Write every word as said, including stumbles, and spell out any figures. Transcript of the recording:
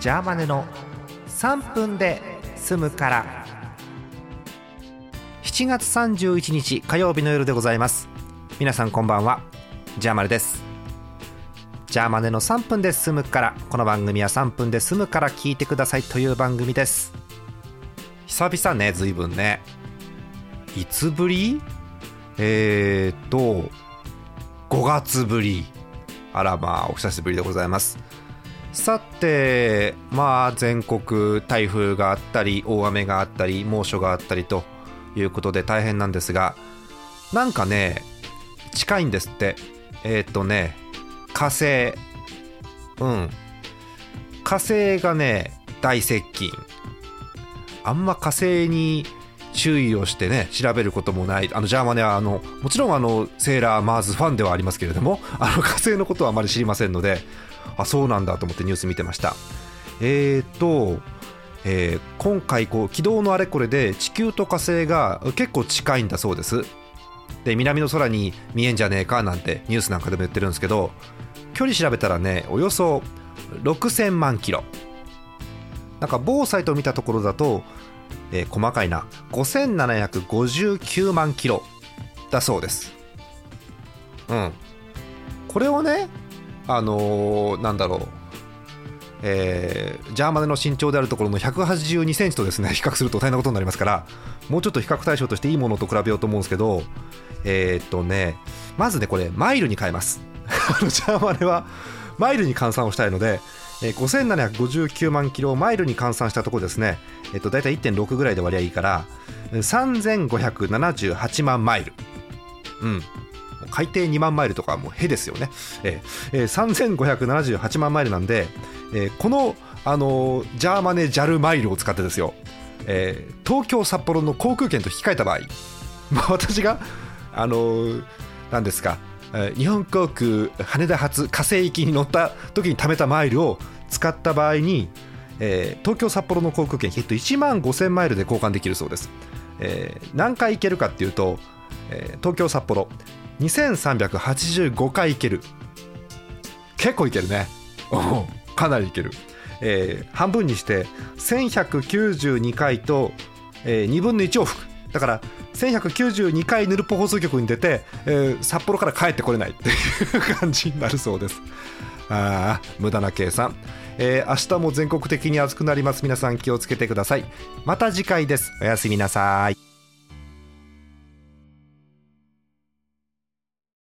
ジャーマネのさんぷんで済むから。しちがつさんじゅういちにち火曜日の夜でございます。皆さんこんばんは、ジャーマネです。ジャーマネのさんぷんで済むから、この番組はさんぷんで済むから聞いてくださいという番組です。久々ね、ずいぶんね。いつぶり？えーっとごがつぶり。あらまあお久しぶりでございます。さてまあ全国台風があったり大雨があったり猛暑があったりということで大変なんですが、なんかね近いんですって。えーっとね火星うん火星がね大接近。あんま火星に注意をしてね調べることもない。あのジャーマネはあのもちろんあのセーラーマーズファンではありますけれども、あの火星のことはあまり知りませんので、あそうなんだと思ってニュース見てました。えーと、えー、今回こう軌道のあれこれで地球と火星が結構近いんだそうです。で南の空に見えんじゃねえかなんてニュースなんかでも言ってるんですけど、距離調べたらねおよそろくせんまんキロ。なんか某サイトを見たところだとえー、細かいなごせんななひゃくごじゅうきゅうまんキロだそうです。うんこれをねあのー、なんだろう、えー、ジャーマネの身長であるところのひゃくはちじゅうにセンチとですね比較すると大変なことになりますから、もうちょっと比較対象としていいものと比べようと思うんですけど、えー、っとねまずねこれマイルに変えます。ジャーマネはマイルに換算をしたいので、ごせんななひゃくごじゅうきゅうまんキロをマイルに換算したところですね、えっと、だいたい いってんろく ぐらいで割りゃいいからさんぜんごひゃくななじゅうはちまんマイル。うん海底にまんマイルとかはもうへですよね、えー、さんぜんごひゃくななじゅうはちまんマイルなんで、えー、この、あのー、ジャーマネ ジャル マイルを使ってですよ、えー、東京札幌の航空券と引き換えた場合、まあ、私があのー、何ですか日本航空羽田発火星行きに乗った時に貯めたマイルを使った場合に、えー、東京札幌の航空券、えっと、いちまんごせんマイルで交換できるそうです。えー、何回行けるかっていうと、えー、東京札幌にせんさんびゃくはちじゅうごかい行ける。結構行けるね。かなり行ける、えー、半分にしてせんひゃくきゅうじゅうにかいと、えー、にぶんのいち往復だからせんひゃくきゅうじゅうにかいヌルポ放送局に出て、えー、札幌から帰ってこれないっていう感じになるそうです。あ無駄な計算、えー、明日も全国的に暑くなります。皆さん気をつけてください。また次回です。おやすみなさい。